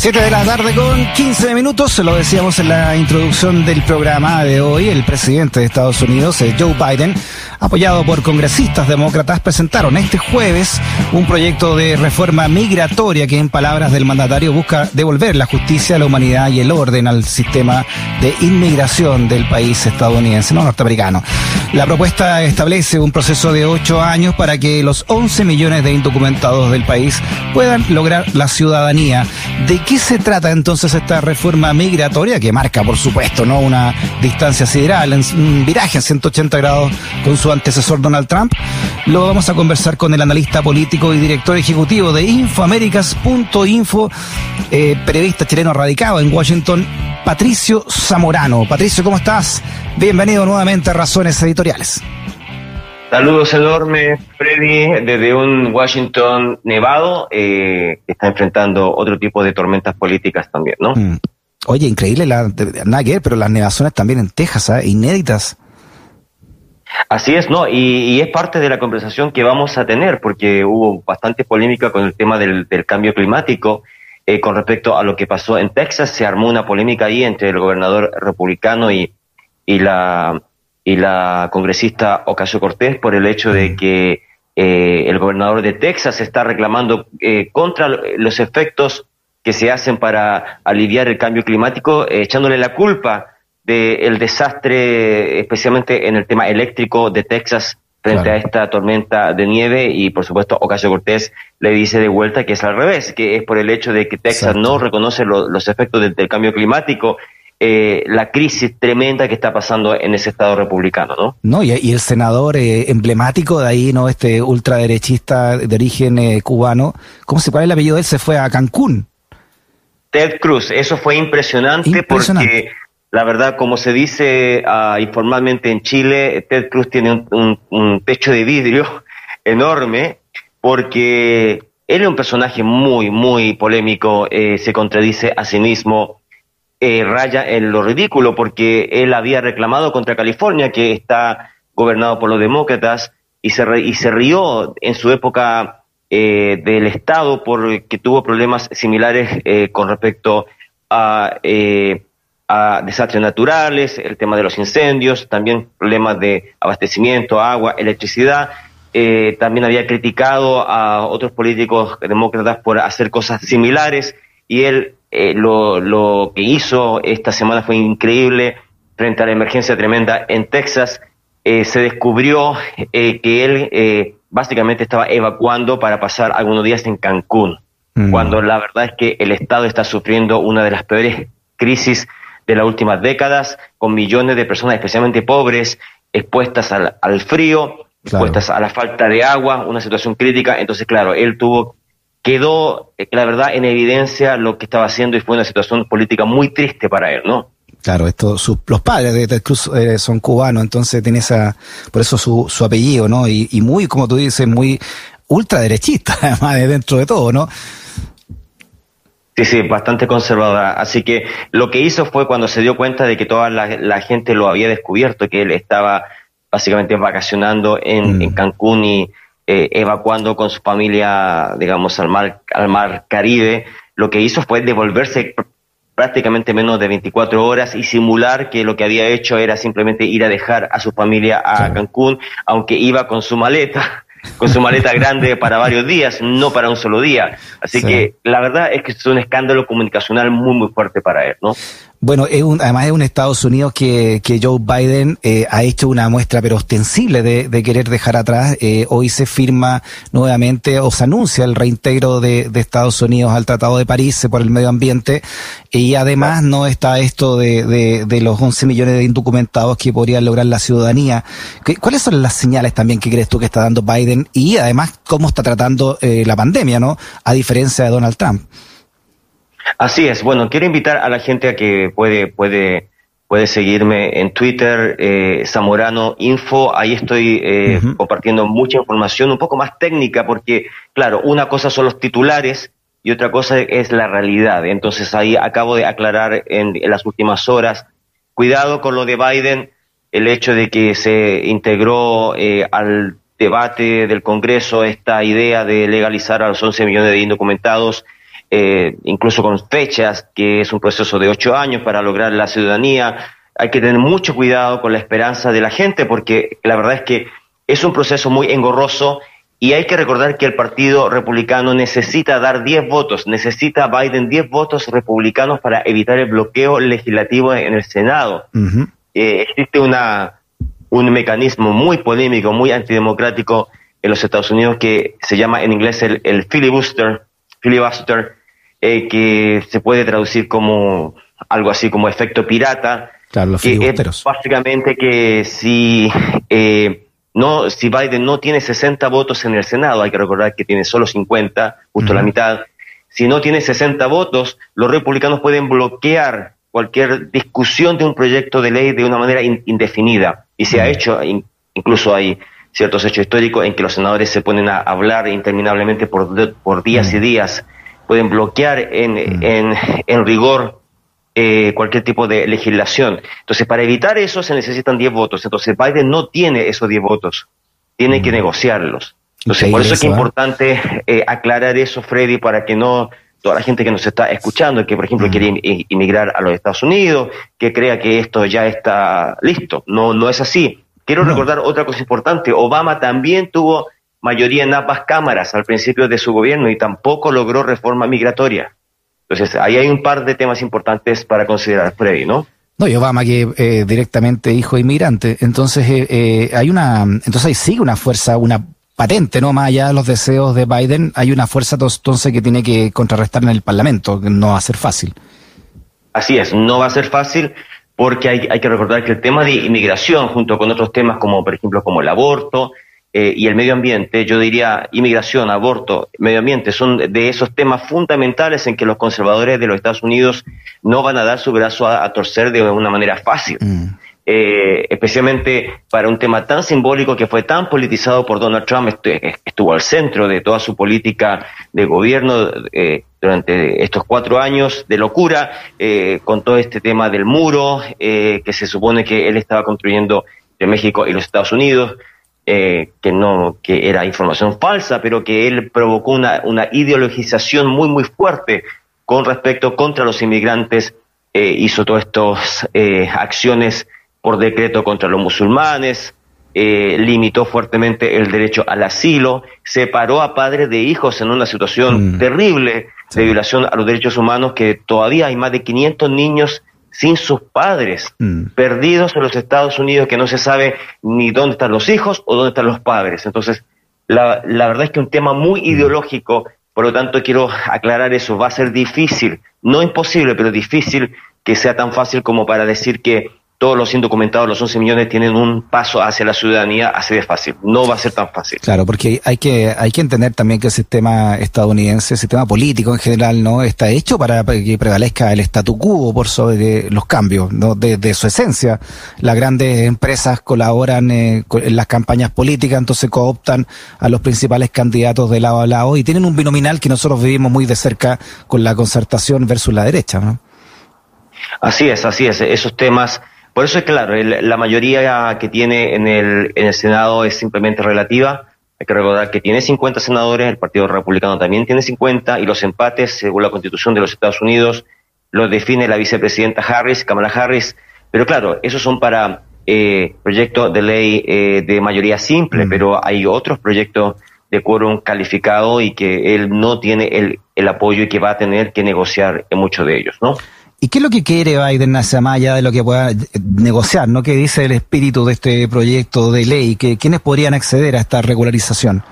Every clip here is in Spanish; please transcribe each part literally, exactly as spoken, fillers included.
siete de la tarde con quince minutos, lo decíamos en la introducción del programa de hoy, el presidente de Estados Unidos, Joe Biden, apoyado por congresistas demócratas, presentaron este jueves un proyecto de reforma migratoria que, en palabras del mandatario, busca devolver la justicia, la humanidad y el orden al sistema de inmigración del país estadounidense, no norteamericano. La propuesta establece un proceso de ocho años para que los once millones de indocumentados del país puedan lograr la ciudadanía. ¿De qué se trata entonces esta reforma migratoria que marca, por supuesto, no una distancia sideral, un viraje en ciento ochenta grados con su antecesor Donald Trump? Lo vamos a conversar con el analista político y director ejecutivo de Infoaméricas punto info, eh, periodista chileno radicado en Washington, Patricio Zamorano. Patricio, ¿cómo estás? Bienvenido nuevamente a Razones Editoriales. Saludos enormes, Freddy, desde un Washington nevado, eh, que está enfrentando otro tipo de tormentas políticas también, ¿no? Mm. Oye, increíble, la, nada que ver, pero las nevazones también en Texas, ¿eh? Inéditas. Así es, ¿no? Y, y es parte de la conversación que vamos a tener, porque hubo bastante polémica con el tema del, del cambio climático, eh, con respecto a lo que pasó en Texas. Se armó una polémica ahí entre el gobernador republicano y, y la... y la congresista Ocasio-Cortez por el hecho de que eh, el gobernador de Texas está reclamando eh, contra los efectos que se hacen para aliviar el cambio climático, eh, echándole la culpa del desastre, especialmente en el tema eléctrico de Texas frente claro. a esta tormenta de nieve, y por supuesto Ocasio-Cortez le dice de vuelta que es al revés, que es por el hecho de que Texas Exacto. no reconoce lo, los efectos del, del cambio climático. Eh, la crisis tremenda que está pasando en ese estado republicano, ¿no? No, y, y el senador eh, emblemático de ahí, ¿no? Este ultraderechista de origen eh, cubano, ¿cómo se cuál es el apellido de él? Se fue a Cancún. Ted Cruz, eso fue impresionante, impresionante. porque la verdad, como se dice uh, informalmente en Chile, Ted Cruz tiene un, un, un techo de vidrio enorme, porque él es un personaje muy, muy polémico, eh, se contradice a sí mismo. Eh, raya en lo ridículo, porque él había reclamado contra California, que está gobernado por los demócratas, y se, re, y se rió en su época eh, del Estado porque tuvo problemas similares eh, con respecto a, eh, a desastres naturales, el tema de los incendios, también problemas de abastecimiento, agua, electricidad. Eh, también había criticado a otros políticos demócratas por hacer cosas similares, y él Eh, lo, lo que hizo esta semana fue increíble frente a la emergencia tremenda en Texas. Eh, se descubrió eh, que él eh, básicamente estaba evacuando para pasar algunos días en Cancún, mm. cuando la verdad es que el Estado está sufriendo una de las peores crisis de las últimas décadas, con millones de personas, especialmente pobres, expuestas al, al frío, claro. expuestas a la falta de agua, una situación crítica. Entonces, claro, él tuvo quedó, la verdad, en evidencia lo que estaba haciendo, y fue una situación política muy triste para él, ¿no? Claro, esto, su, los padres de Ted Cruz eh, son cubanos, entonces tiene esa, por eso su, su apellido, ¿no? Y, y muy, como tú dices, muy ultraderechista, además de dentro de todo, ¿no? Sí, sí, bastante conservadora. Así que lo que hizo fue, cuando se dio cuenta de que toda la, la gente lo había descubierto, que él estaba básicamente vacacionando en, mm. en Cancún y Eh, evacuando con su familia, digamos, al mar, al mar Caribe, lo que hizo fue devolverse pr- prácticamente menos de veinticuatro horas y simular que lo que había hecho era simplemente ir a dejar a su familia a claro. Cancún, aunque iba con su maleta, con su maleta grande para varios días, no para un solo día. Así sí. que la verdad es que es un escándalo comunicacional muy, muy fuerte para él, ¿no? Bueno, es un, además es un Estados Unidos que, que Joe Biden eh, ha hecho una muestra pero ostensible de, de querer dejar atrás. Eh, hoy se firma nuevamente, o se anuncia el reintegro de, de Estados Unidos al Tratado de París por el medio ambiente, y además no está esto de, de, de los once millones de indocumentados que podrían lograr la ciudadanía. ¿Cuáles son las señales también que crees tú que está dando Biden, y además cómo está tratando eh, la pandemia, ¿no? A diferencia de Donald Trump. Así es. Bueno, quiero invitar a la gente a que puede puede puede seguirme en Twitter, eh, Zamorano Info. Ahí estoy eh, uh-huh. compartiendo mucha información, un poco más técnica, porque, claro, una cosa son los titulares y otra cosa es la realidad. Entonces ahí acabo de aclarar en, en las últimas horas. Cuidado con lo de Biden, el hecho de que se integró eh, al debate del Congreso esta idea de legalizar a los once millones de indocumentados. eh, incluso con fechas, que es un proceso de ocho años para lograr la ciudadanía. Hay que tener mucho cuidado con la esperanza de la gente, porque la verdad es que es un proceso muy engorroso y hay que recordar que el Partido Republicano necesita dar diez votos, necesita Biden diez votos republicanos para evitar el bloqueo legislativo en el Senado. Uh-huh. Eh, existe una, un mecanismo muy polémico, muy antidemocrático en los Estados Unidos que se llama en inglés el, el filibuster, filibuster eh, que se puede traducir como algo así como efecto pirata. Claro, los filibusteros. Es básicamente que si eh, no si Biden no tiene sesenta votos en el Senado, hay que recordar que tiene solo cincuenta, justo uh-huh. la mitad, si no tiene sesenta votos, los republicanos pueden bloquear cualquier discusión de un proyecto de ley de una manera in, indefinida. Y se uh-huh. ha hecho, in, incluso hay ciertos hechos históricos en que los senadores se ponen a hablar interminablemente por, por días uh-huh. y días, pueden bloquear en, uh-huh. en, en rigor Eh, cualquier tipo de legislación. Entonces, para evitar eso se necesitan diez votos. Entonces, Biden no tiene esos diez votos. Tiene mm. que negociarlos. Entonces, por eso es que es importante eh, aclarar eso, Freddy, para que no toda la gente que nos está escuchando, que por ejemplo mm. quiere inmigrar a los Estados Unidos, que crea que esto ya está listo. No, no es así. Quiero no. recordar otra cosa importante. Obama también tuvo mayoría en ambas cámaras al principio de su gobierno y tampoco logró reforma migratoria. Entonces, ahí hay un par de temas importantes para considerar, Freddy, ¿no? No, y Obama que eh, directamente hijo inmigrante, entonces eh, eh, hay una, entonces ahí sigue una fuerza, una patente, ¿no? Más allá de los deseos de Biden, hay una fuerza entonces que tiene que contrarrestar en el Parlamento, que no va a ser fácil. Así es, no va a ser fácil porque hay, hay que recordar que el tema de inmigración, junto con otros temas como, por ejemplo, como el aborto, Eh, y el medio ambiente, yo diría inmigración, aborto, medio ambiente, son de esos temas fundamentales en que los conservadores de los Estados Unidos no van a dar su brazo a, a torcer de una manera fácil. Mm. Eh, especialmente para un tema tan simbólico que fue tan politizado por Donald Trump, estuvo al centro de toda su política de gobierno eh, durante estos cuatro años de locura, eh, con todo este tema del muro, eh, que se supone que él estaba construyendo entre México y los Estados Unidos. Eh, que no que era información falsa, pero que él provocó una, una ideologización muy muy fuerte con respecto contra los inmigrantes, eh, hizo todas estas eh, acciones por decreto contra los musulmanes, eh, limitó fuertemente el derecho al asilo, separó a padres de hijos en una situación mm. terrible sí. de violación a los derechos humanos, que todavía hay más de quinientos niños sin sus padres, mm. perdidos en los Estados Unidos, que no se sabe ni dónde están los hijos o dónde están los padres. Entonces, la, la verdad es que es un tema muy mm. ideológico, por lo tanto quiero aclarar eso, va a ser difícil, no imposible, pero difícil que sea tan fácil como para decir que todos los indocumentados, los once millones, tienen un paso hacia la ciudadanía así de fácil. No va a ser tan fácil. Claro, porque hay que hay que entender también que el sistema estadounidense, el sistema político en general, no está hecho para que prevalezca el statu quo por sobre los cambios, ¿no? De, de su esencia. Las grandes empresas colaboran eh, en las campañas políticas, entonces cooptan a los principales candidatos de lado a lado y tienen un binominal que nosotros vivimos muy de cerca con la concertación versus la derecha, ¿no? Así es, así es. Esos temas... Por eso es claro, el, la mayoría que tiene en el, en el Senado es simplemente relativa. Hay que recordar que tiene cincuenta senadores, el Partido Republicano también tiene cincuenta, y los empates, según la Constitución de los Estados Unidos, los define la vicepresidenta Harris, Kamala Harris. Pero claro, esos son para eh, proyectos de ley eh, de mayoría simple, mm. pero hay otros proyectos de quórum calificado y que él no tiene el, el apoyo y que va a tener que negociar en muchos de ellos, ¿no? ¿Y qué es lo que quiere Biden hacia más allá de lo que pueda negociar, ¿no? ¿Qué dice el espíritu de este proyecto de ley? ¿Que, ¿Quiénes podrían acceder a esta regularización?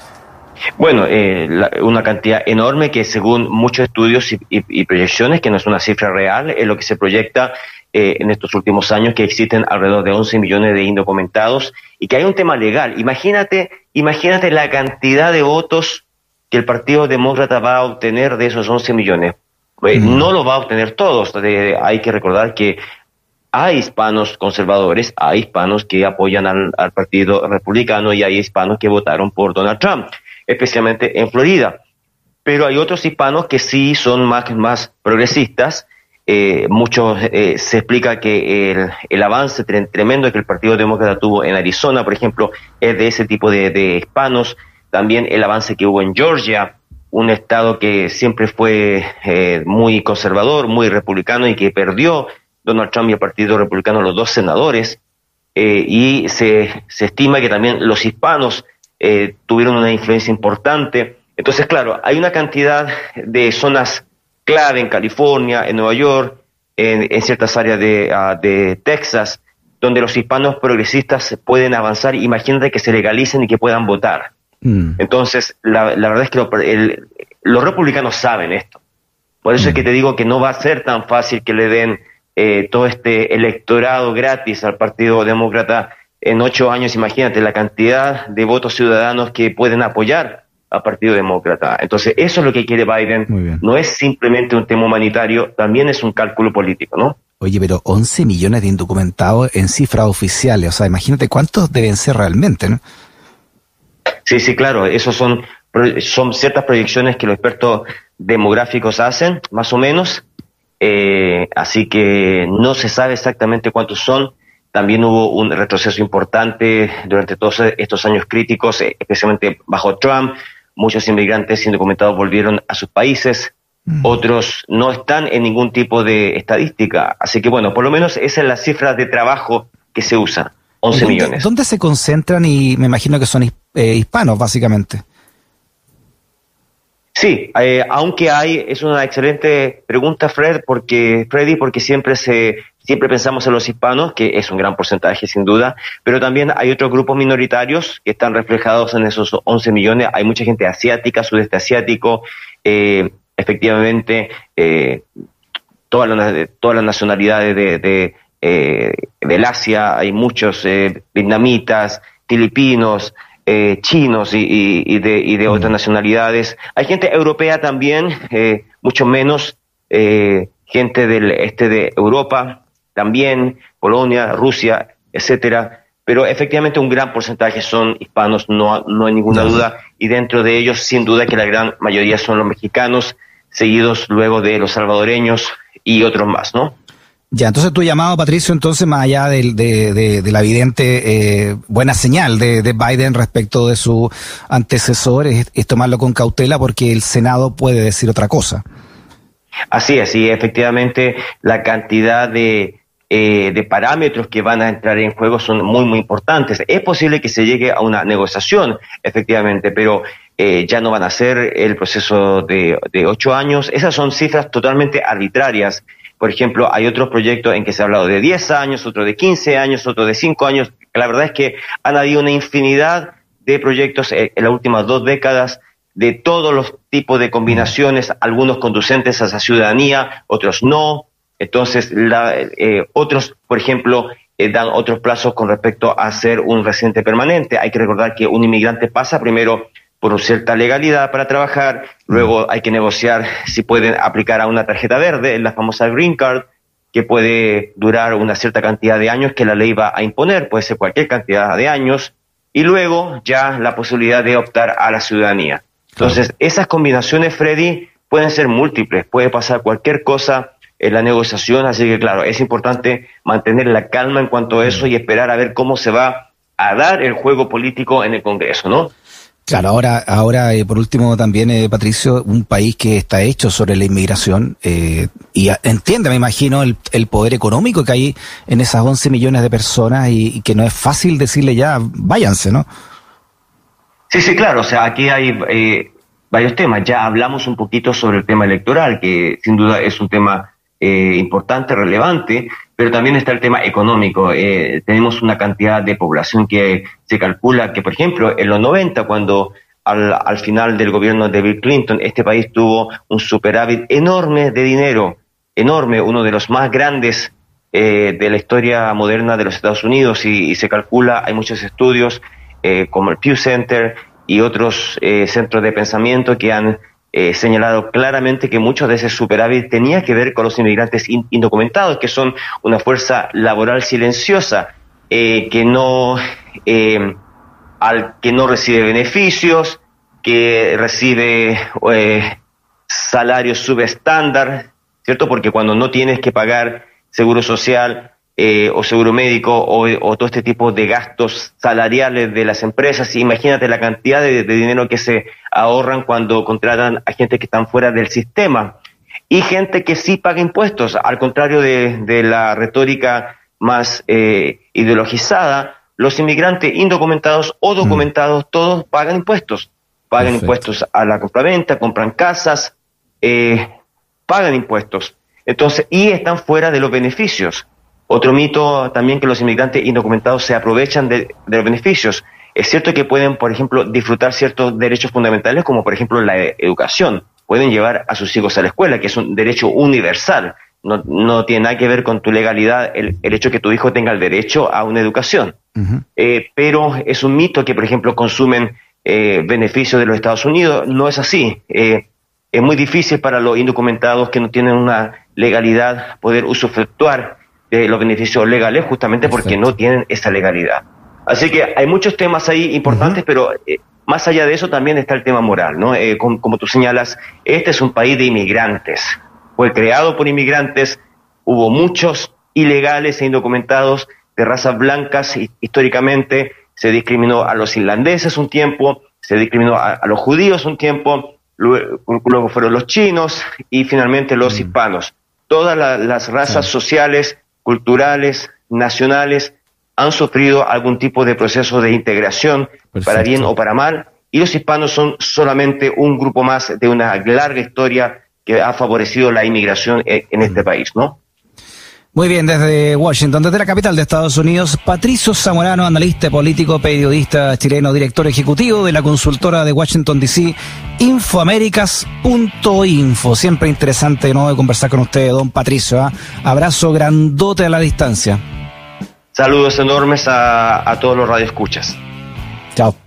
Bueno, eh, la, una cantidad enorme que según muchos estudios y, y, y proyecciones, que no es una cifra real, es lo que se proyecta eh, en estos últimos años, que existen alrededor de once millones de indocumentados y que hay un tema legal. Imagínate, imagínate la cantidad de votos que el Partido Demócrata va a obtener de esos once millones. Eh, mm. No lo va a obtener todos. Eh, hay que recordar que hay hispanos conservadores, hay hispanos que apoyan al, al Partido Republicano y hay hispanos que votaron por Donald Trump, especialmente en Florida. Pero hay otros hispanos que sí son más, más progresistas. Eh, muchos eh, se explica que el, el avance tre- tremendo que el Partido Demócrata tuvo en Arizona, por ejemplo, es de ese tipo de, de hispanos. También el avance que hubo en Georgia, un estado que siempre fue eh, muy conservador, muy republicano y que perdió Donald Trump y el Partido Republicano los dos senadores, eh, y se, se estima que también los hispanos eh, tuvieron una influencia importante. Entonces, claro, hay una cantidad de zonas clave en California, en Nueva York, en, en ciertas áreas de, uh, de Texas, donde los hispanos progresistas pueden avanzar. Imagínate que se legalicen y que puedan votar. Mm. Entonces, la, la verdad es que lo, el, los republicanos saben esto. Por eso mm. es que te digo que no va a ser tan fácil que le den eh, todo este electorado gratis al Partido Demócrata en ocho años. Imagínate la cantidad de votos ciudadanos que pueden apoyar al Partido Demócrata. Entonces, eso es lo que quiere Biden. No es simplemente un tema humanitario, también es un cálculo político, ¿no? Oye, pero once millones de indocumentados en cifras oficiales, o sea, imagínate cuántos deben ser realmente, ¿no? Sí, sí, claro, esos son, son ciertas proyecciones que los expertos demográficos hacen, más o menos, eh, así que no se sabe exactamente cuántos son. También hubo un retroceso importante durante todos estos años críticos, especialmente bajo Trump. Muchos inmigrantes indocumentados volvieron a sus países, mm. otros no están en ningún tipo de estadística. Así que bueno, por lo menos esa es la cifra de trabajo que se usa, once ¿Dónde, millones. ¿Dónde se concentran? Y me imagino que son eh, hispanos, básicamente. Sí, eh, aunque hay, es una excelente pregunta, Fred, porque Freddy, porque siempre se siempre pensamos en los hispanos, que es un gran porcentaje sin duda, pero también hay otros grupos minoritarios que están reflejados en esos once millones. Hay mucha gente asiática, sudeste asiático, eh, efectivamente, eh, todas las todas las nacionalidades de, de eh, del Asia. Hay muchos eh, vietnamitas, filipinos, Eh, chinos y, y, y de, y de otras nacionalidades. Hay gente europea también, eh, mucho menos, eh, gente del este de Europa, también Polonia, Rusia, etcétera. Pero efectivamente un gran porcentaje son hispanos, no, no hay ninguna duda, y dentro de ellos, sin duda que la gran mayoría son los mexicanos, seguidos luego de los salvadoreños y otros más, ¿no? Ya, entonces tu llamado, Patricio, entonces más allá de, de, de, de la evidente eh, buena señal de, de Biden respecto de su antecesor, es, es tomarlo con cautela porque el Senado puede decir otra cosa. Así es, y efectivamente la cantidad de, eh, de parámetros que van a entrar en juego son muy, muy importantes. Es posible que se llegue a una negociación, efectivamente, pero eh, ya no van a ser el proceso de, de ocho años. Esas son cifras totalmente arbitrarias. Por ejemplo, hay otros proyectos en que se ha hablado de diez años, otro de quince años, otro de cinco años. La verdad es que han habido una infinidad de proyectos en las últimas dos décadas de todos los tipos de combinaciones, algunos conducentes a esa ciudadanía, otros no. Entonces, la, eh, otros, por ejemplo, eh, dan otros plazos con respecto a ser un residente permanente. Hay que recordar que un inmigrante pasa primero por cierta legalidad para trabajar, luego hay que negociar si pueden aplicar a una tarjeta verde, la famosa Green Card, que puede durar una cierta cantidad de años que la ley va a imponer, puede ser cualquier cantidad de años, y luego ya la posibilidad de optar a la ciudadanía. Entonces, claro, esas combinaciones, Freddy, pueden ser múltiples, puede pasar cualquier cosa en la negociación, así que claro, es importante mantener la calma en cuanto a eso y esperar a ver cómo se va a dar el juego político en el Congreso, ¿no? Claro, ahora, ahora eh, por último también, eh, Patricio, un país que está hecho sobre la inmigración eh, y a, entiende, me imagino, el, el poder económico que hay en esas once millones de personas y, y que no es fácil decirle ya, váyanse, ¿no? Sí, sí, claro, o sea, aquí hay eh, varios temas. Ya hablamos un poquito sobre el tema electoral, que sin duda es un tema eh, importante, relevante, pero también está el tema económico. Eh, tenemos una cantidad de población que se calcula que, por ejemplo, en los noventa, cuando al, al final del gobierno de Bill Clinton, este país tuvo un superávit enorme de dinero, enorme, uno de los más grandes eh, de la historia moderna de los Estados Unidos, y, y se calcula, hay muchos estudios eh, como el Pew Center y otros eh, centros de pensamiento que han Eh, señalado claramente que muchos de ese superávit tenía que ver con los inmigrantes in- indocumentados, que son una fuerza laboral silenciosa, eh, que no eh, al que no recibe beneficios, que recibe eh, salarios subestándar, ¿cierto? Porque cuando no tienes que pagar seguro social, eh, o seguro médico o, o todo este tipo de gastos salariales de las empresas. Imagínate la cantidad de, de dinero que se ahorran cuando contratan a gente que están fuera del sistema y gente que sí paga impuestos, al contrario de, de la retórica más eh, ideologizada. Los inmigrantes indocumentados o documentados, mm. todos pagan impuestos. Pagan Perfecto. impuestos a la compraventa, compran casas, eh, pagan impuestos. Entonces, y están fuera de los beneficios. Otro mito también, que los inmigrantes indocumentados se aprovechan de, de los beneficios. Es cierto que pueden, por ejemplo, disfrutar ciertos derechos fundamentales, como por ejemplo la educación. Pueden llevar a sus hijos a la escuela, que es un derecho universal. No, no tiene nada que ver con tu legalidad el, el hecho que tu hijo tenga el derecho a una educación. Uh-huh. Eh, pero es un mito que, por ejemplo, consumen eh, beneficios de los Estados Unidos. No es así. Eh, es muy difícil para los indocumentados que no tienen una legalidad poder usufructuar de los beneficios legales, justamente Perfecto. porque no tienen esa legalidad. Así que hay muchos temas ahí importantes, uh-huh. pero eh, más allá de eso también está el tema moral, ¿no? Eh, como, como tú señalas, este es un país de inmigrantes. Fue creado por inmigrantes, hubo muchos ilegales e indocumentados de razas blancas. Históricamente se discriminó a los irlandeses un tiempo, se discriminó a, a los judíos un tiempo, luego, luego fueron los chinos y finalmente los mm. hispanos. Todas la, las razas sí. sociales, culturales, nacionales han sufrido algún tipo de proceso de integración, Perfecto. para bien o para mal, y los hispanos son solamente un grupo más de una larga historia que ha favorecido la inmigración en este país, ¿no? Muy bien, desde Washington, desde la capital de Estados Unidos, Patricio Zamorano, analista político, periodista chileno, director ejecutivo de la consultora de Washington D C, Infoaméricas punto info. Siempre interesante, ¿no?, de conversar con usted, don Patricio, ¿eh? Abrazo grandote a la distancia. Saludos enormes a, a todos los radioescuchas. Chao.